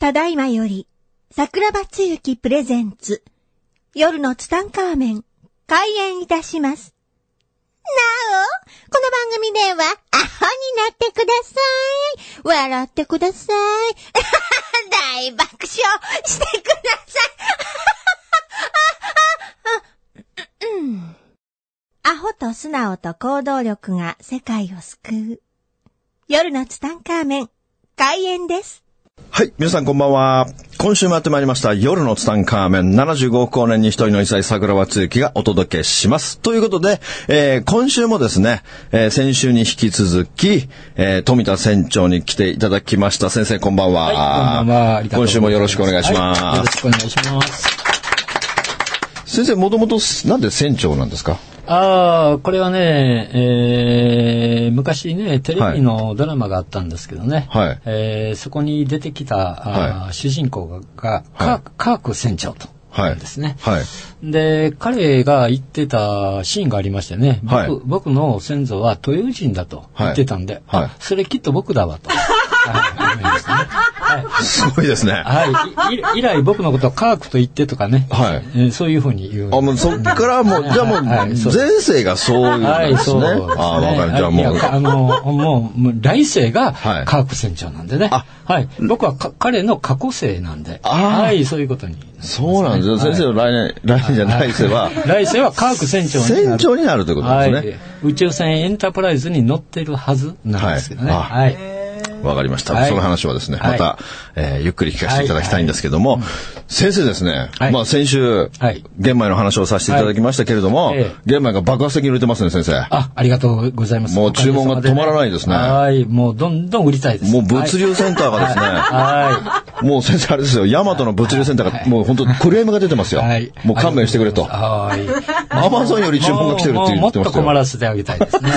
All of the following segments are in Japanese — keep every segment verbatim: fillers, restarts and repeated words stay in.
ただいまより、桜庭つゆきプレゼンツ、夜のツタンカーメン、開演いたします。なお、この番組では、アホになってください。笑ってください。大爆笑してください。うん、アホと素直と行動力が世界を救う。夜のツタンカーメン、開演です。 はい、皆さんこんばんは。今週もやってまいりました夜のツタンカーメン、ななじゅうごおく光年に一人の異彩桜庭つゆきがお届けします。ということで、えー、今週もですね、えー、先週に引き続き、えー、富田船長に来ていただきました。先生こんばんは。 はい、こんばんは。ありがとうございます。 今週もよろしくお願いします。 はい、よろしくお願いします。 先生もともとなんで船長なんですか？ ああ、これはね、えー、昔ね、テレビのドラマがあったんですけどね、はい、えー、そこに出てきた、はい、主人公が、がはい、カーク船長と。はいですねはい、で彼が言ってたシーンがありましてね、僕、はい、僕の先祖は豊人だと言ってたんで、はい、あそれきっと僕だわと。はい、 すごいですね。 はい。以来僕のことをカークと言ってとかね。はい。えー、そういうふうに言う。 あ、もうそっからもう、じゃあもう、前世がそういうなんですね。はい、そうですね。あ、わかる。じゃあもう。 あの、もう、来世がカーク船長なんでね。はい。はい、僕はか彼の過去世なんで。はい。そういうことに、ね。 そうなんですよ。先生の来年、来年じゃ来世は。 来世はカーク船長になる。 船長になるということですね。はい。 宇宙船エンタープライズに乗ってるはずなんですけどね。はい。はいわかりました、はい。その話はですね、また、はいえー、ゆっくり聞かせていただきたいんですけども、はいはい、先生ですね、はい、まあ先週、はい、玄米の話をさせていただきましたけれども、はい、玄米が爆発的に売れてますね、先生。 あ、ありがとうございます。 もう注文が止まらないですね。 はい、もうどんどん売りたいです。 もう物流センターがですね、はい、もう先生あれですよ、ヤマトの物流センターが、はい、もう本当クレームが出てますよ。はい、もう勘弁してくれと。はい。アマゾンより注文が来てるって言ってますよ。 もっと困らせてあげたいですね。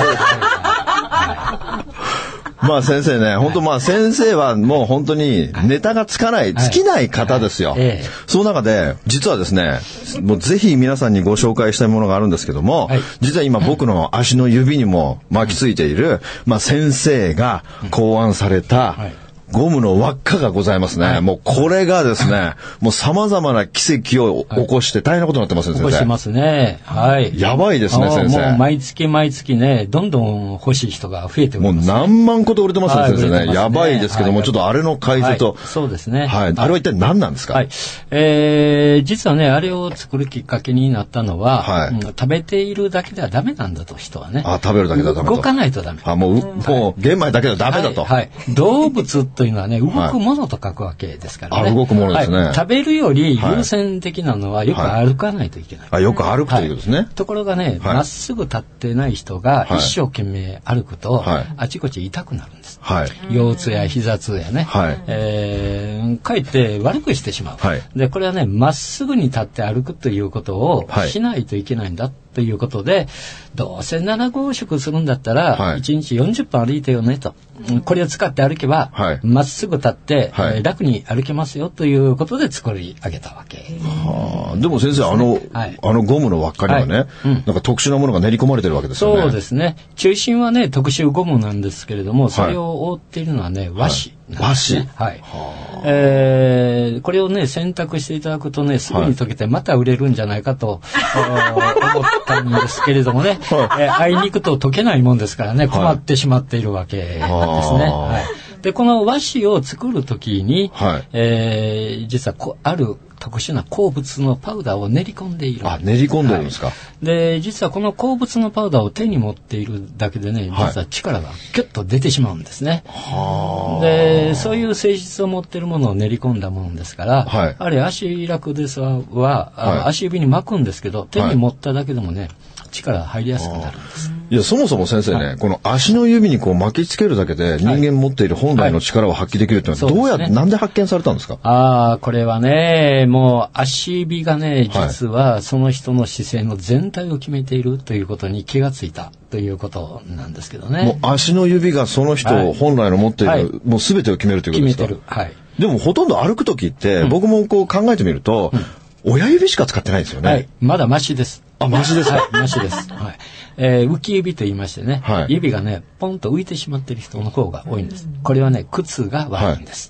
まあ先生ね、本当まあ先生はもう本当にネタがつかない、尽きない方ですよ。その中で、実はですね、もうぜひ皆さんにご紹介したいものがあるんですけども、実は今僕の足の指にも巻きついている、まあ先生が考案された、ゴムの輪っかがございますね。はい、もうこれがですね、もう様々な奇跡を起こして大変なことになってますね、先生。 起こしますね。はい。 やばいですね、先生。 もう毎月毎月ね、どんどん欲しい人が増えております、 ね。もう何万個と売れてますね、はい、先生ね。ねやばいですけども、はい、ちょっとあれの解説を、 はい。そうですね。 はい。あれは一体何なんですか？ はい。えー、実はね、あれを作るきっかけになったのは、はいうん、食べているだけではダメなんだと、人はね。 あ、食べるだけではダメだと。 動かないとダメ。 あ、もう、もう、玄米だけではダメだと。 はい。はい、動物というのはね、動くはいものと書くわけですからね。 あ、動くものですね。 はい、食べるより優先的なのはよく歩かないといけない。 はい、あ、よく歩くということですね。はい、 ところがね、ま、はい、っすぐ立ってない人が一生懸命歩くと、はい、あちこち痛くなるんです。はい、腰痛や膝痛やね、はいえー、かえって悪くしてしまう。はい、で、これはね、まっすぐに立って歩くということをしないといけないんだということで、どうせななごう食するんだったら、はい、いちにちよんじゅっぷん歩いてよねと。これを使って歩けば、ま、はい、っすぐ立って、はいえー、楽に歩けますよということで作り上げたわけ。 はあ、でも先生、あの、はい、あのゴムの輪っかにはね、はいうん、なんか特殊なものが練り込まれてるわけですよね。 そうですね。中心はね、特殊ゴムなんですけれども、それを覆っているのはね、和紙。 和紙、 ね、はい。はえー、これをね、選択していただくとね、すぐに溶けてまた売れるんじゃないかと、はい、思ったんですけれどもね、はいえー、あいに行くと溶けないもんですからね、困ってしまっているわけですね。はい、で、この和紙を作るときに、はいえー、実はこある特殊な鉱物のパウダーを練り込んでいる。 あ、練り込んでるんですか。はい、 で、実はこの鉱物のパウダーを手に持っているだけでね、実は力がキュッと出てしまうんですね。はい、で、そういう性質を持っているものを練り込んだものですから、はい、あれ足楽ですは、はい、足指に巻くんですけど、手に持っただけでもね、力が入りやすくなるんです。 いや、そもそも先生ね、はい、この足の指にこう巻きつけるだけで人間持っている本来の力を発揮できるっていうのはどうやって、はいね、なんで発見されたんですか？ ああ、これはね、もう足指がね、実はその人の姿勢の全体を決めているということに気がついたということなんですけどね。 もう足の指がその人本来の持っている、はい、もう全てを決めるということですか？ 決めてる。はい。 でもほとんど歩くときって、うん、僕もこう考えてみると、うん親指しか使ってないですよね。 はい。まだマシです。 あ、マシですか？ はい、マシです。はい。えー、浮き指と言いましてね、はい、指がね、ポンと浮いてしまっている人の方が多いんです。これはね、靴が悪いんです。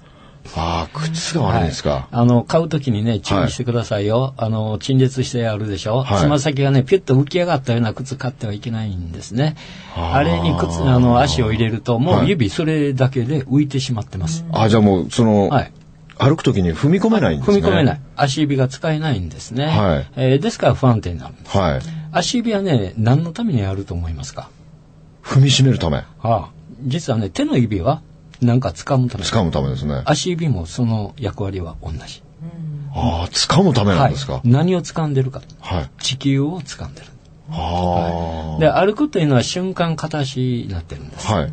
ああ、靴が悪いんですか。はい、 あの、買うときにね、注意してくださいよ。はい、あの、陳列してあるでしょ。つま、はい、先がね、ピュッと浮き上がったような靴買ってはいけないんですね。あ, あれに靴、あの、足を入れると、もう指それだけで浮いてしまってます。 はい、あ、じゃあもう、その、はい、歩くときに踏み込めないんですね。 踏み込めない。足指が使えないんですね。はい、えー、ですから不安定になるんです。はい、足指はね、何のためにあると思いますか？ 踏みしめるため。ああ、実はね、手の指はなんか掴むため。 掴むためですね。 足指もその役割は同じ。 ああ、掴むためなんですか。 はい、何を掴んでるか。はい、地球を掴んでる。はい、で、歩くというのは瞬間片足になってるんです。はい、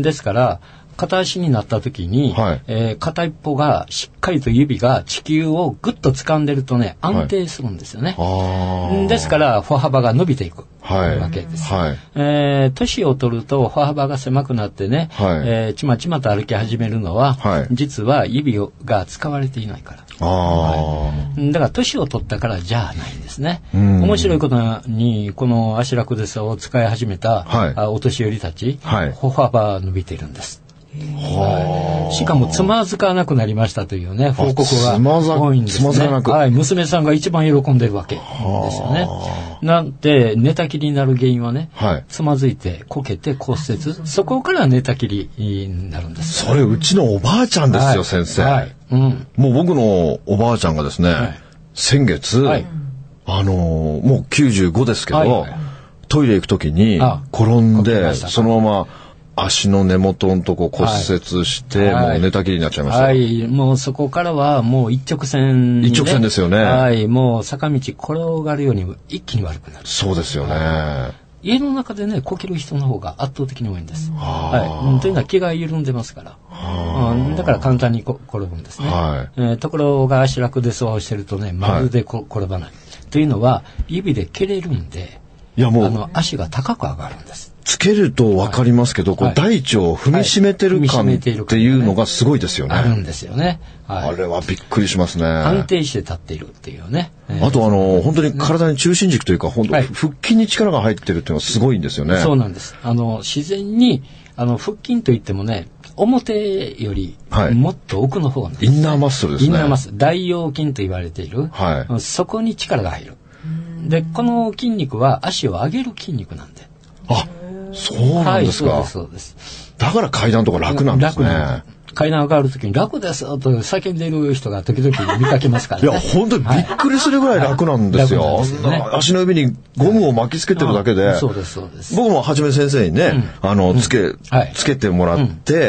ですから、片足になった時に、はい、えー、片一方がしっかりと指が地球をぐっと掴んでるとね、安定するんですよね。はい、ですから歩幅が伸びていく、はい、わけです。はい、えー、年を取ると歩幅が狭くなってね、はい、えー、ちまちまと歩き始めるのは、はい、実は指が使われていないから。あ、はい、だから年を取ったからじゃないんですね。面白いことにこのアシラクデスを使い始めた、はい、お年寄りたち、はい、歩幅伸びているんです。はい、しかもつまずかなくなりましたというね報告が多いんですね。つまずかなく、はい、娘さんが一番喜んでるわけですよね。なんで寝たきりになる原因はね、はい、つまずいてこけて骨折、そこから寝たきりになるんです。 それうちのおばあちゃんですよ、はい、先生、はい、うん、もう僕のおばあちゃんがですね、はい、先月、はい、あのー、もうきゅうじゅうごですけど、はいはい、トイレ行くときに転んでそのまま足の根元のとこ骨折して、はい、もう寝たきりになっちゃいました。 はい、もうそこからはもう一直線、ね、 一直線ですよね。 はい、もう坂道転がるように一気に悪くなる。 そうですよね。はい、 家の中でねこける人の方が圧倒的に多いんです。はい、というのは気が緩んでますから、うん、だから簡単にこ転ぶんですね。はい、えー、ところが足楽でそうしてるとねまるでこ、はい、転ばない。というのは指で蹴れるんで、いやもうあの足が高く上がるんです。 つけると分かりますけど、はい、こう大腸を踏みしめてる感っていうのがすごいですよね。 あるんですよね。 はい、あれはびっくりしますね。 安定して立っているっていうね。 あとあの本当に体に中心軸というか本当、はい、腹筋に力が入ってるっていうのはすごいんですよね。 そうなんです。あの自然にあの腹筋といってもね表よりもっと奥の方なんです、ね、 インナーマッスルですね。 インナーマッスル、大腰筋と言われている、はい、そこに力が入る。でこの筋肉は足を上げる筋肉なんで。 あ、そうなんですか。 はい、そうです、そうです。 だから階段とか楽なんですね。楽なんです。 階段上がるときに楽ですと叫んでいる人が時々見かけますからね。 いや、本当にびっくりするぐらい楽なんですよ。はいですね、足の指にゴムを巻きつけてるだけで。 そうです、そうです。 僕もはじめ先生にね、うん、あの、つけ、うん、つけてもらって、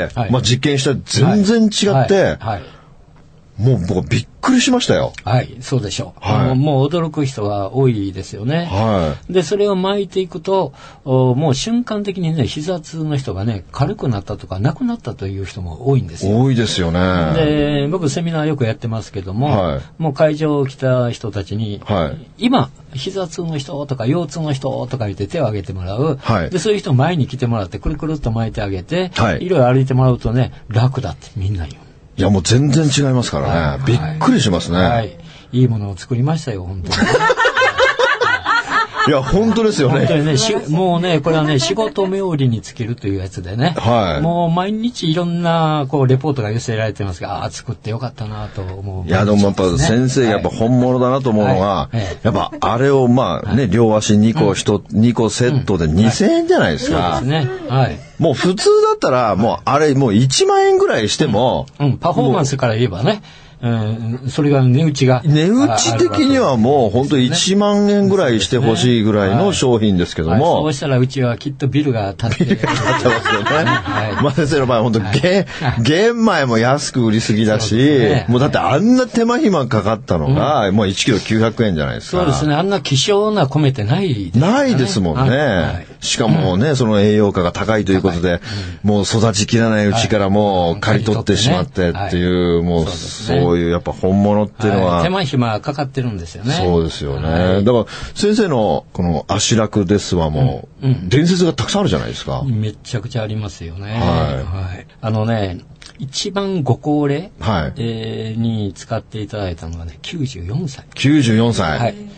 うん、はい、まあ実験したら全然違って、はいはいはい、もう僕びっくりしましたよ。 はい、そうでしょう。はい、もう、もう驚く人が多いですよね。はい。で、それを巻いていくと、もう瞬間的にね、膝痛の人がね、軽くなったとか、なくなったという人も多いんですよ。 多いですよね。 で、僕セミナーよくやってますけども、はい、もう会場来た人たちに、はい、今、膝痛の人とか腰痛の人とか言って手を挙げてもらう。はい、で、そういう人前に来てもらって、くるくるっと巻いてあげて、はい、いろいろ歩いてもらうとね、楽だってみんな言う。 いやもう全然違いますからね、はい、びっくりしますね、はいはい、 いいものを作りましたよ本当にいや本当ですよね。 本当にねしもうねこれはね仕事冥利に尽きるというやつでね、はい、もう毎日いろんなこうレポートが寄せられてますが、あ作ってよかったなと思う、ね、 いやでもやっぱ先生やっぱ本物だなと思うのが、はいはい、やっぱあれをまあね、はい、両足にこ一、うん、にこセットでにせんえんじゃないですか、 うん、そうですね、はい、 もう普通だったらもうあれもういちまんえんぐらいしても、 うんうん、パフォーマンスから言えばね、うん、それが値打ちが値打ち的にはもう本当いちまんえんぐらいしてほしいぐらいの商品ですけども、はいはい、 そうしたらうちはきっとビルが建ってビルが建ってますよね、 はい、まあ先生の場合本当、はい、玄, 玄米も安く売りすぎだし、ね、もうだってあんな手間暇かかったのが、うん、もういちキロきゅうひゃくえんじゃないですか。 そうですね、あんな希少な米ってないですね。ないですもんね、はい、しかもね、うん、その栄養価が高いということで、うん、もう育ちきらないうちからもう刈り取ってしまってっていう、はい、もう そう,、ね、そういうやっぱ本物っていうのは、 はい、手間暇かかってるんですよね。 そうですよね、はい、だから先生のこの足楽ですわも、うんうん、伝説がたくさんあるじゃないですか。 めちゃくちゃありますよね、はいはい、あのね一番ご高齢、はい、えー、に使っていただいたのはねきゅうじゅうよんさいきゅうじゅうよんさい、 はい、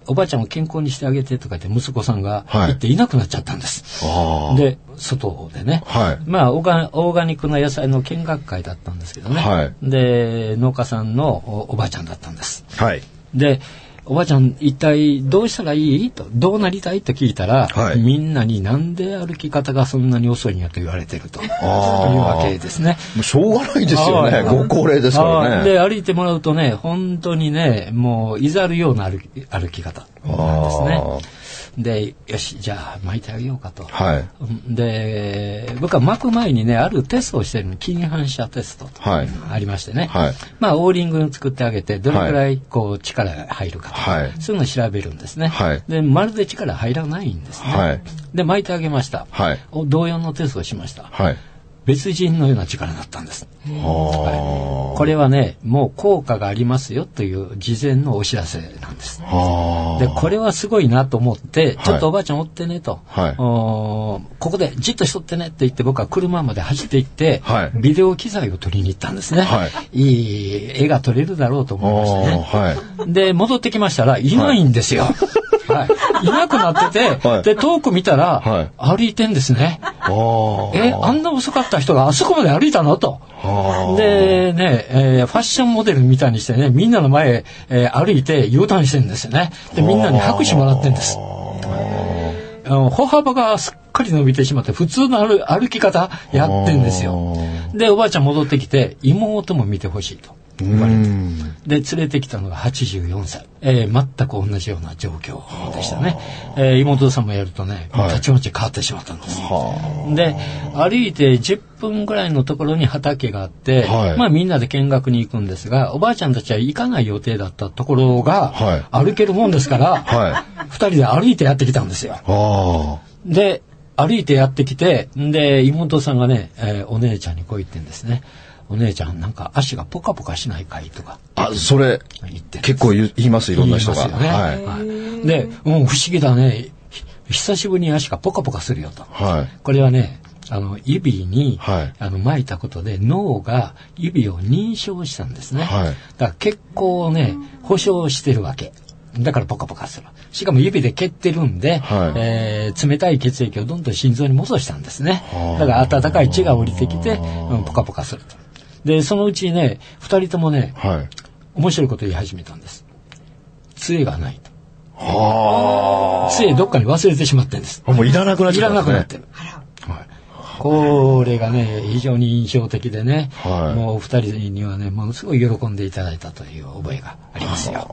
おばあちゃんを健康にしてあげてとか言って息子さんが言っていなくなっちゃったんです。はい、で、外でね、はい、まあオーガ、オーガニックな野菜の見学会だったんですけどね。はい、で、農家さんの お, おばあちゃんだったんです。はい、で、おばあちゃん一体どうしたらいいと、どうなりたいと聞いたら、はい、みんなになんで歩き方がそんなに遅いんやと言われてるというわけですね。 もうしょうがないですよね。ご高齢ですからね。 で、歩いてもらうとね、本当にね、もういざるような歩き、歩き方なんですね。で、よし、じゃあ巻いてあげようかと。はい、で、僕は巻く前にね、あるテストをしてるの、筋反射テストとありましてね。はい、まあ、オーリング作ってあげて、どれくらいこう力が入るかとか、はい、そういうのを調べるんですね。はい、で、まるで力入らないんですね。はい、で、巻いてあげました。はい、同様のテストをしました。はい、別人のような力になったんです。はい、これはね、もう効果がありますよという事前のお知らせなんです。で、これはすごいなと思って、ちょっとおばあちゃん追ってねと、はい、おここでじっとしとってねって言って僕は車まで走って行って、はい、ビデオ機材を取りに行ったんですね。はい、いい絵が撮れるだろうと思いましてね。はい、で、戻ってきましたらいないんですよ。はいはい、いなくなってて、はい、で、遠く見たら、はい、歩いてんですね。え、あんな遅かった人があそこまで歩いたのと。でね、えー、ファッションモデルみたいにしてね、みんなの前、えー、歩いて U ターンしてるんですよね。で、みんなに拍手もらってるんです。あの歩幅がすっかり伸びてしまって普通の 歩, 歩き方やってんですよ。で、おばあちゃん戻ってきて妹も見てほしいと言われて、で連れてきたのがはちじゅうよんさい、えー、全く同じような状況でしたね。えー、妹さんもやるとね、はい、たちまち変わってしまったんです。で、歩いてじゅっぷんぐらいのところに畑があって、はい、まあみんなで見学に行くんですが、おばあちゃんたちは行かない予定だったところが、はい、歩けるもんですから、はい、ふたりで歩いてやってきたんですよ。で、歩いてやってきて、で、妹さんがね、えー、お姉ちゃんにこう言ってんですね。お姉ちゃんなんか足がポカポカしないかいとか。 あ、それ結構言いますいろんな人が。 言いますよね。はいはい、で、うん、不思議だね。久しぶりに足がポカポカするよと。はい、これはね、あの指に、はい、あの巻いたことで脳が指を認証したんですね。はい、だから血行をね保証してるわけ。だからポカポカする。しかも指で蹴ってるんで、はい、えー、冷たい血液をどんどん心臓に戻したんですね。だから温かい血が降りてきて、うん、ポカポカすると。で、そのうちね、二人ともね、はい、面白いこと言い始めたんです。杖がないと。は杖どっかに忘れてしまってるんです。 もういらなくなっちゃったんですね。いらなくなってる。 はい、これがね、非常に印象的でね、はい、もう二人にはね、ものすごい喜んでいただいたという覚えがありますよ。はい、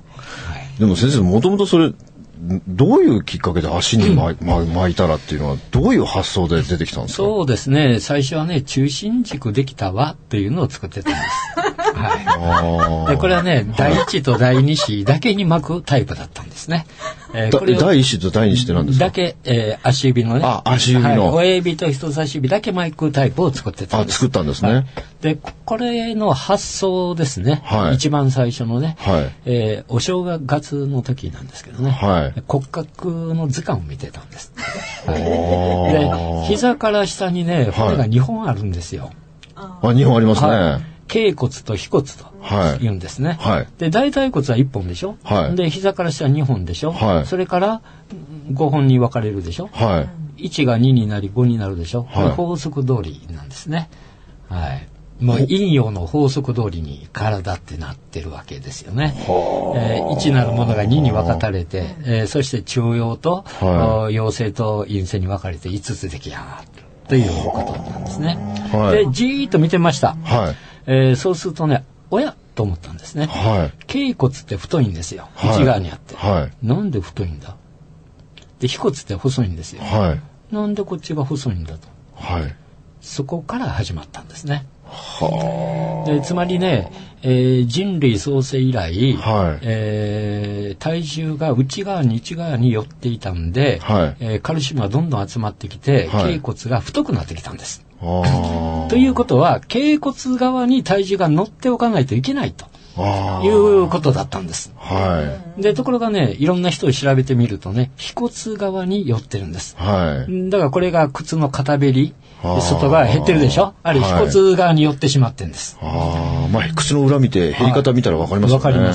でも先生、もともとそれ、どういうきっかけで足に巻い、うん、巻いたらっていうのはどういう発想で出てきたんですか？ そうですね、最初はね、中心軸できた輪っていうのを作ってたんです。はい、でこれはね、だいいちとだいに子だけに巻くタイプだったんですね。 えー、これだいいちとだいに子って何ですか？ だけ、えー、足指のね、 あ、足指の、はい、 親指と人差し指だけ巻くタイプを作ってたんです。 あ、作ったんですね。はい、 でこれの発想ですね、はい、一番最初のね、はい、えー、お正月の時なんですけどね、はい、骨格の図鑑を見てたんです。はい、で膝から下にね骨がにほんあるんですよ。 はい、あ、にほんありますね。はい、 脛骨と腓骨と言うんですね。はい、で大腿骨はいっぽんでしょ。はい、で膝から下にほんでしょ。はい、それからごほんに分かれるでしょ。はい、いちがにになりごになるでしょ。はい、法則通りなんですね。はい、もう陰陽の法則通りに体ってなってるわけですよね。えー、いちなるものがにに分かれて、えー、そして中陽と、はい、陽性と陰性に分かれていつつ出来上がるということなんですね。はい、でじーっと見てました。はい、えー、そうするとね、おやと思ったんですね。はい、脛骨って太いんですよ。はい、内側にあって、はい、なんで太いんだ。で腓骨って細いんですよ。はい、なんでこっちが細いんだと。はい、そこから始まったんですね。はでつまりね、えー、人類創生以来、はい、えー、体重が内側に内側に寄っていたんで、はい、えー、カルシウムがどんどん集まってきて、はい、脛骨が太くなってきたんです。ということは脛骨側に体重が乗っておかないといけないということだったんです。はい、でところがね、いろんな人を調べてみるとね、腓骨側に寄ってるんです。はい、だからこれが靴の片べり、外側減ってるでしょ。あれ腓骨側に寄ってしまってるんです。 あ、まあ、靴の裏見て減り方見たら分かりますよね。 分かります。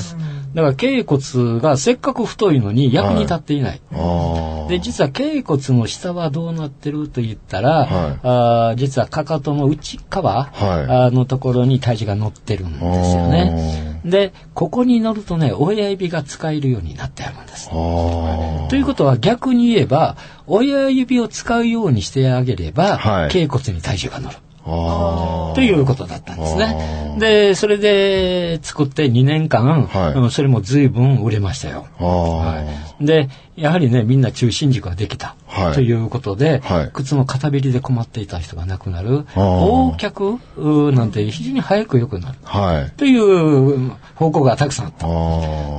だから脛骨がせっかく太いのに役に立っていない。はい、で、実は脛骨の下はどうなってると言ったら、はい、あ実はかかとの内側、はい、のところに体重が乗ってるんですよね。で、ここに乗るとね、親指が使えるようになってあるんです。ということは逆に言えば、親指を使うようにしてあげれば、はい、脛骨に体重が乗る。ということだったんですね。で、それで作ってにねんかん、はい、それも随分売れましたよ。はい、で、やはりね、みんな中心軸ができた、はい、ということで、はい、靴の片べりで困っていた人が亡くなる、横脚なんて非常に早く良くなる、はい、という報告がたくさんあった。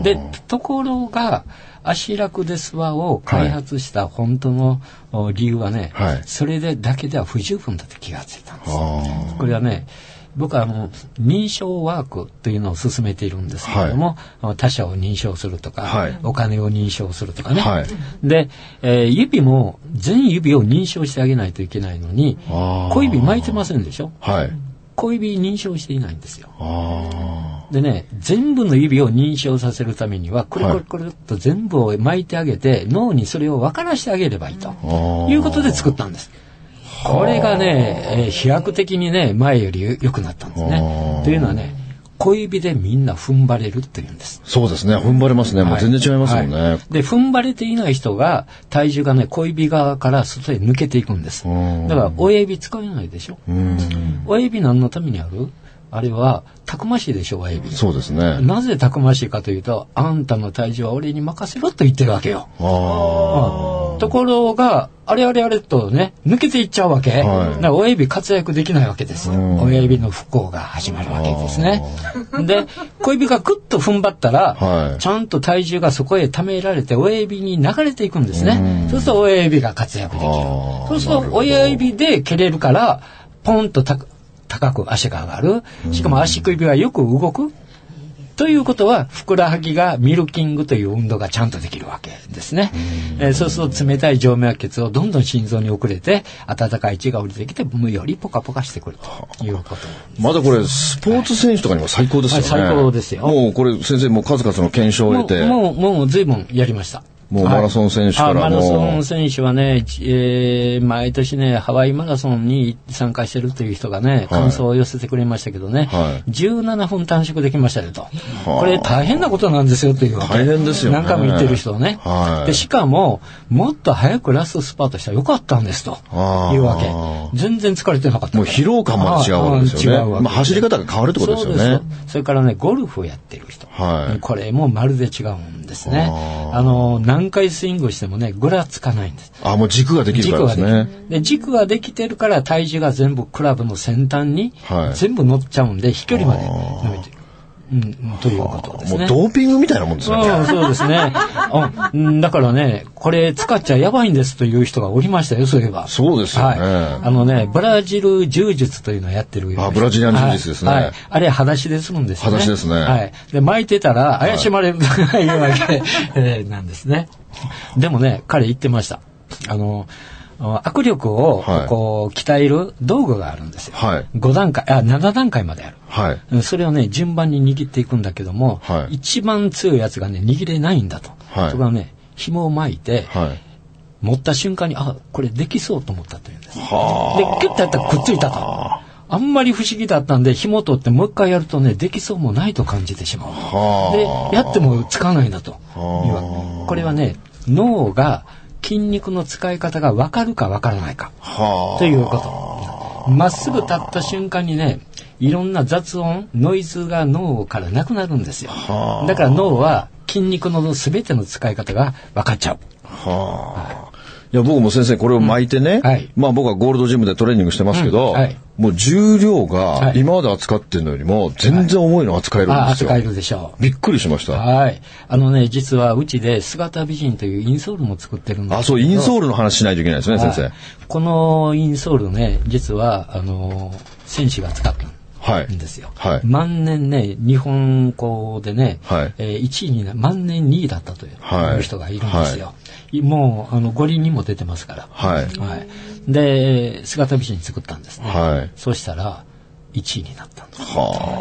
で、ところが、足ラクデスワを開発した本当の理由はね、はい、それでだけでは不十分だと気がついたんです。これはね、僕はあの認証ワークというのを進めているんですけれども、はい、他者を認証するとか、はい、お金を認証するとかね、はい、で、えー、指も全指を認証してあげないといけないのに小指巻いてませんでしょ、はい、小指認証していないんですよ。でね、全部の指を認証させるためにはくるくるくるっと全部を巻いてあげて、はい、脳にそれを分からしてあげればいいということで作ったんです。これがね、えー、飛躍的にね前より良くなったんですね。というのはね、小指でみんな踏ん張れるっていうんです。そうですね、踏ん張れますね。もう全然違いますもんね。はいはい、で、踏ん張れていない人が体重がね小指側から外へ抜けていくんです。だから親指使えないでしょ。親指何のためにある？あれはたくましいでしょ、親指。そうですね。なぜたくましいかというと、あんたの体重は俺に任せろと言ってるわけよ。あ、うん、ところがあれあれあれとね抜けていっちゃうわけ。はい、だから親指活躍できないわけですよ。親指の不幸が始まるわけですね。で、小指がグッと踏ん張ったら、はい、ちゃんと体重がそこへ溜められて親指に流れていくんですね。そうすると親指が活躍できる。そうすると親指で蹴れるからポンとた高く足が上がる。しかも足首はよく動く。ということはふくらはぎがミルキングという運動がちゃんとできるわけですね。えー、そうすると冷たい静脈血をどんどん心臓に送れて温かい血が降りてきてよりポカポカしてくるということ。 まだこれスポーツ選手とかにも最高ですよね。はい、最高ですよ。もうこれ先生も数々の検証を得てもうもうもう随分やりました。 もうマラソン選手からも、はい、マラソン選手はね、えー、毎年ねハワイマラソンに参加してるという人がね感想を寄せてくれましたけどね、はい、じゅうななふん短縮できましたよと、はい、これ大変なことなんですよというわけ。 大変ですよね。 何回も言ってる人ね、はい、でしかももっと早くラストスパートしたらよかったんですというわけ。全然疲れてなかった。 もう疲労感まで違うわけですよね。まあ、走り方が変わるってことですよね。そうです。 それからねゴルフをやってる人、はい、これもまるで違うんですね。あの何回スイングしてもねぐらつかないんです。 あ、もう軸ができるからですね。 で軸ができてるから体重が全部クラブの先端に全部乗っちゃうんで、はい、飛距離まで伸びてる、うん、ということですね。 もうドーピングみたいなもんですね。 そう、そうですね。うん、だからねこれ使っちゃやばいんですという人がおりましたよ、そういえば。 そうですよね。 はい、あのねブラジル柔術というのをやってるよ。 あ、ブラジリアン柔術ですね。 はいはい、あれ裸足でするんですよね。 裸足ですね。 はい。で巻いてたら怪しまれるというわけ、えー、なんですね。でもね彼言ってました。あの握力をこう鍛える道具があるんですよ。はい、ごだんかいあななだんかいまである。はい、それをね順番に握っていくんだけども、はい、一番強いやつがね握れないんだと。はい、そこはね紐を巻いて、はい、持った瞬間にあこれできそうと思ったというんです。でキュッとやったらくっついたと。あんまり不思議だったんで紐取ってもう一回やるとねできそうもないと感じてしまう。でやってもつかないんだというわけ。これはね脳が筋肉の使い方が分かるか分からないかということ。まっすぐ立った瞬間にねいろんな雑音ノイズが脳からなくなるんですよ。だから脳は筋肉の全ての使い方が分かっちゃう。はあ、いや僕も先生これを巻いてね、うんはい、まあ僕はゴールドジムでトレーニングしてますけど、うんはい、もう重量が今まで扱ってるのよりも全然重いの扱えるんですよ。はい、 扱えるでしょう。 びっくりしました。 はい。あのね実はうちで姿美人というインソールも作ってるんですけど。 あ、そうインソールの話しないといけないですね、先生。 このインソールね実はあの戦士が使ってる。はい、ですよ、はい、万年ね日本校でね、はいえー、いちいに万年にいだったという人がいるんですよ。はい、もうあの五輪にも出てますから、はいはい、で姿美人作ったんですね。はい、そうしたらいちいになったんです。は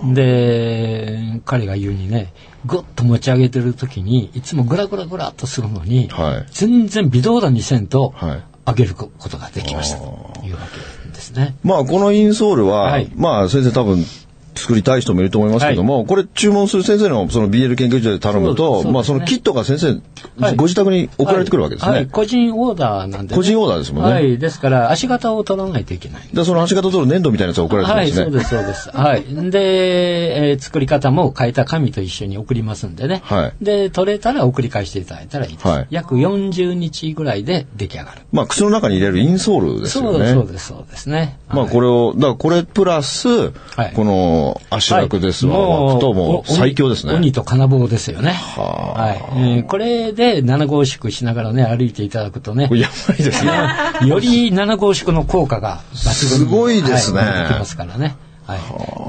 で、彼が言うにね、ぐっと持ち上げてる時にいつもグラグラグラっとするのに、はい、全然微動だにせんと上げることができましたというわけですね。 まあこのインソールは、はい、まあ先生多分作りたい人もいると思いますけども、はい、これ注文する先生のその ビーエル 研究所で頼むと、そ, ね、まあそのキットが先生、はい、ご自宅に送られてくるわけですね。はいはい、 個人オーダーなんで、ね、 個人オーダーですもんね。 はい、ですから足型を取らないといけない。 でその足型を取る粘土みたいなやつが送られてくるんですね。 はい、そうですそうです。はい。で、えー、作り方も書いた紙と一緒に送りますんでね。はい。で取れたら送り返していただいたらいいです。はい、約よんじゅうにちぐらいで出来上がる。 まあ靴の中に入れるインソールですよね。 そうそうですそうですね。 まあこれをだからこれプラス、はい、この足楽ですわ、はい、ともう最強ですね。 鬼と金棒ですよね。は、はいえー、これでなな号縮しながらね歩いていただくとね、 やばいですね。 よりなな号縮の効果が抜群にすごいですね。 はい、できますからね。はい、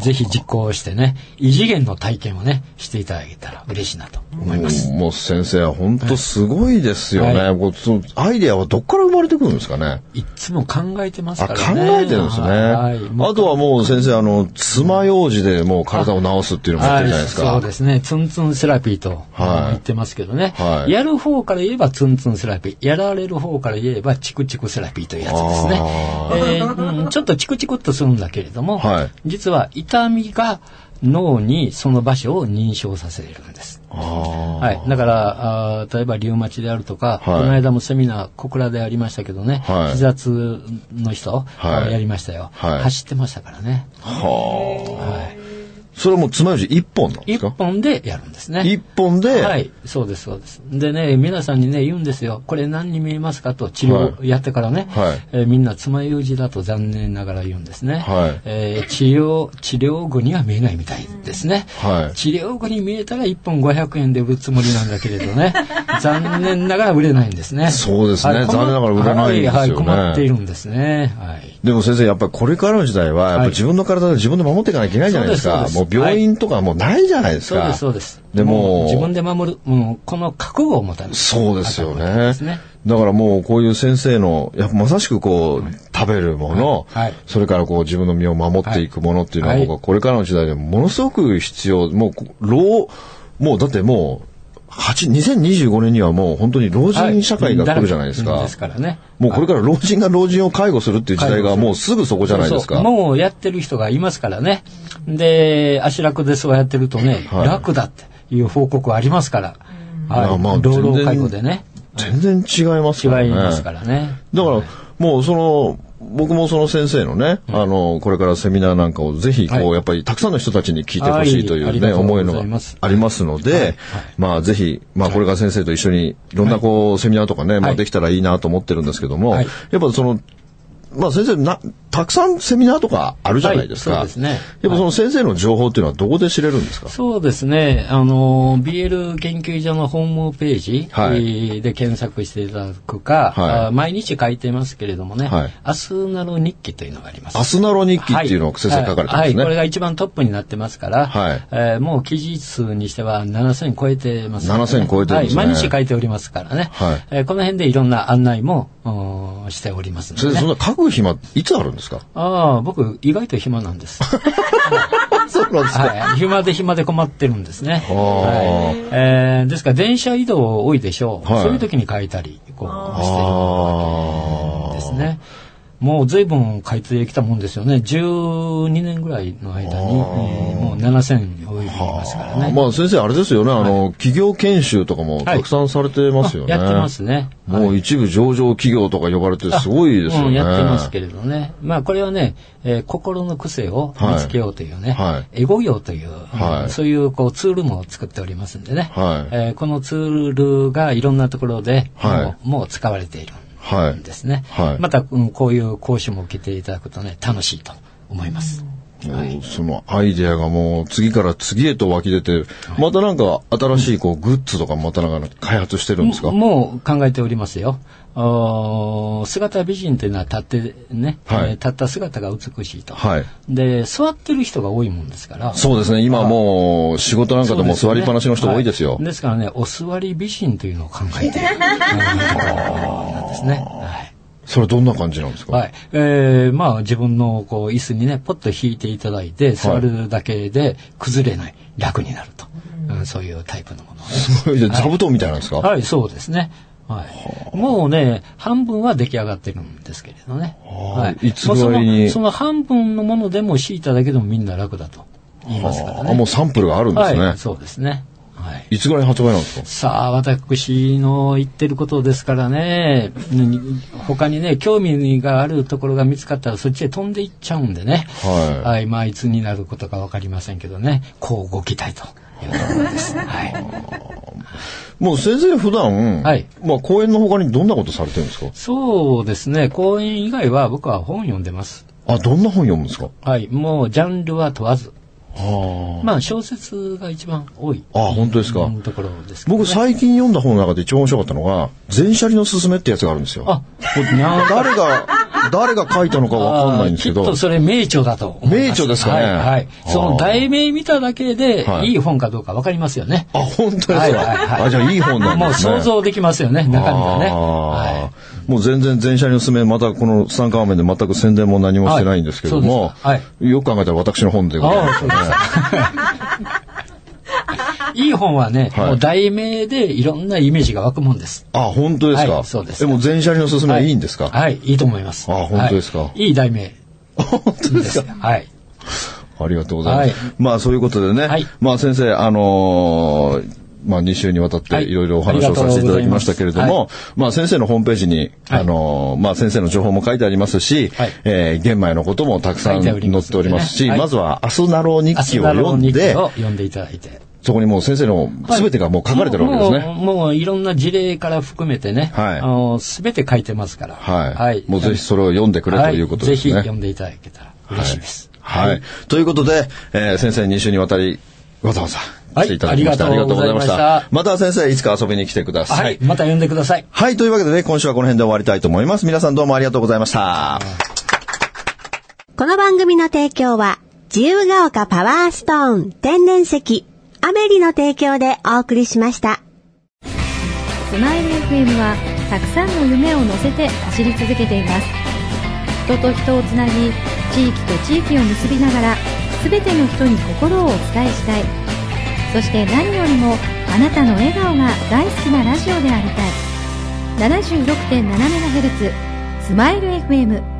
ぜひ実行してね異次元の体験をねしていただけたら嬉しいなと思います。 もう、もう先生は本当すごいですよね、はい、そのアイデアはどっから生まれてくるんですかね。 いつも考えてますからね。 あ考えてるんですね、はい、あとはもう先生あの爪楊枝でもう体を治すっていうのもやってるじゃないですか。 はい、そうですねツンツンセラピーと言ってますけどね、はい、やる方から言えばツンツンセラピーやられる方から言えばチクチクセラピーというやつですね。えーうん、ちょっとチクチクっとするんだけれども、はい、実は痛みが脳にその場所を認証させるんです。はい、だからあ例えばリウマチであるとか、はい、この間もセミナー小倉でありましたけどね、はい、膝痛の人、はい、やりましたよ、はい、走ってましたからね。はあ、はい、それはもう爪楊枝一本なんですか？ 一本でやるんですね。 一本で、 はい、そうですそうです。でね皆さんにね言うんですよ。これ何に見えますかと治療やってからね、はいえー、みんな爪楊枝だと残念ながら言うんですね。はいえー、治療治療後には見えないみたいですね。はい、治療後に見えたら一本ごひゃくえんで売るつもりなんだけれどね残念ながら売れないんですね。 そうですね、はい、残念ながら売れないんですよね。はい、はい、 困っているんですね。はい。 でも先生やっぱりこれからの時代はやっぱ自分の体で自分で守っていかなきゃいけないじゃないですか。はい、もう病院とかもうないじゃないですか。 はい、そうですそうです。でも自分で守る、もうこの覚悟を持たない。 そうですよね。だからもうこういう先生のやっぱまさしくこう、はい、食べるもの、はい、それからこう自分の身を守っていくものっていうのは、僕はこれからの時代でものすごく必要。もう老もうだってもうにせんにじゅうごねんにはもう本当に老人社会が来るじゃないですか。はい、 ですからね。 もうこれから老人が老人を介護するっていう時代がもうすぐそこじゃないですか。 そうそうもうやってる人がいますからね。で、足楽でそうやってるとね、はい、楽だっていう報告はありますから。はい、まあ、老老介護でね。 全然違いますからね。 違いますからね。 だから、はい、もうその、僕もその先生のね、うん、あの、これからセミナーなんかをぜひ、こう、はい、やっぱりたくさんの人たちに聞いてほしいというね、思いのがありますので、はいはい、まあぜひ、まあこれから先生と一緒にいろんなこう、はい、セミナーとかね、まあできたらいいなと思ってるんですけども、はい、やっぱその、まあ先生な、たくさんセミナーとかあるじゃないですか。はい、そうですね。やっぱその先生の情報っていうのはどこで知れるんですか？ そうですね。あの、ビーエル 研究所のホームページ、はい、で検索していただくか、はい、毎日書いてますけれどもね、はい、アスナロ日記というのがあります。 アスナロ日記っていうのを先生書かれてますね。はい、はい、 これが一番トップになってますから、はいえー、もう記事数にしてはななせん超えてます、ね。 ななせん超えてるんですね。 はい、毎日書いておりますからね。はいえー、この辺でいろんな案内もしておりますので、ね。 そんな書く暇いつあるんですか？ ああ、僕意外と暇なんです。 そうなんですか。 はい、暇で暇で困ってるんですね。はいえー、ですから電車移動多いでしょう。はい、そういう時に書いたりこうしてるわけですね。もう随分書いてきたもんですよね。じゅうにねんぐらいの間に、えー、もうななせんに及びますからね。 まあ先生あれですよね、あの、はい、企業研修とかもたくさんされてますよね。 はい、やってますね。 もう一部上場企業とか呼ばれてすごいですよね。 うん、やってますけれどね。まあこれはね、えー、心の癖を見つけようというね、はい、エゴ業という、はい、そういうこうツールも作っておりますんでね、はいえー、このツールがいろんなところで、はい、もう、もう使われている。はい、ですね、はい、また、うん、こういう講師も受けていただくとね楽しいと思います、 はい、そのアイデアがもう次から次へと湧き出て、はい、またなんか新しいこうグッズとかまたなんか開発してるんですか？ もう考えておりますよ。姿美人というのは立ってね、はいえー、立った姿が美しいと、はい、で座ってる人が多いもんですから。 そうですね、今もう仕事なんかでも座りっぱなしの人多いですよ。 ですからね、お座り美人というのを考えているなんですね。はいそれどんな感じなんですか？ はい。えー、まあ自分のこう椅子にね、ポッと引いていただいて、座るだけで崩れない、楽になると。うん、そういうタイプのもの、ね。 すごい、座布団みたいなんですか？ はい、はい、そうですね。はい。もうね、半分は出来上がってるんですけれどね。 はい。いつぐらいに。 その半分のものでも敷いただけでもみんな楽だと言いますからね。 あ、もうサンプルがあるんですね。 はい、そうですね。はい。 いつぐらいに発売なんですか？ さあ、私の言ってることですからね、他にね、興味があるところが見つかったらそっちへ飛んでいっちゃうんでね。はい。はい、まあ、いつになることかわかりませんけどね、こうご期待というところです。はい。 もう先生普段、はい、まあ講演の他にどんなことされてるんですか？ そうですね、講演以外は僕は本読んでます。 あ、どんな本読むんですか？ はい、もうジャンルは問わず。はあ、まあ小説が一番多い。 あ、本当ですか。 ところですね。 僕最近読んだ本の中で一番面白かったのが全車輪のすすめってやつがあるんですよ。あ、誰が誰が書いたのかわかんないんですけど。 きっとそれ名著だと思います。 名著ですかね。 はい、はい。その題名見ただけでいい本かどうかわかりますよね。 あ、本当ですか。はいはいはい、あ、じゃあいい本なんですね。 もう想像できますよね、中身がね。はい、 もう全然全車輪のすすめ、またこのツタンカーメンで全く宣伝も何もしてないんですけども、はいはい、よく考えたら私の本でございますよね。 いい本はね、はい、もう題名でいろんなイメージが湧くもんです。 あ、本当ですか。 はい、そうです。 でも全車輪のすすめはいいんですか。 はい、はい、いいと思います。 あ、本当ですか。 はい、いい題名。 本当ですか。 はい。 ありがとうございます。はい、まあそういうことでね、はい、まあ先生、あのーまあに週にわたっていろいろお話をさせていただきましたけれども、はい、まあ先生のホームページに、はい、あの、まあ先生の情報も書いてありますし、はい、えー、玄米のこともたくさん載っておりますし、ま, すね、はい、まずは明日なろう日記を読んで、 読んでいただいて、 そこにもう先生の全てがもう書かれてるわけですね。 はい、も, うもういろんな事例から含めてね、はい、あの全て書いてますから、 はい。はい、もうぜひそれを読んでくれということですね。 はい、ぜひ読んでいただけたら嬉しいです。 はい。はい、ということで、えー、先生に週にわたりわざわざ来ていただきました。はい、ありがとうございました。また先生いつか遊びに来てください。はい、 また呼んでください。 はい、というわけでね、今週はこの辺で終わりたいと思います。皆さんどうもありがとうございました。 この番組の提供は自由が丘パワーストーン天然石アメリの提供でお送りしました。 スマイル エフエム はたくさんの夢を乗せて走り続けています。人と人をつなぎ、地域と地域を結びながら全ての人に心をお伝えしたい。そして何よりもあなたの笑顔が大好きなラジオでありたい。 ななじゅうろくてんななメガヘルツ スマイル エフエム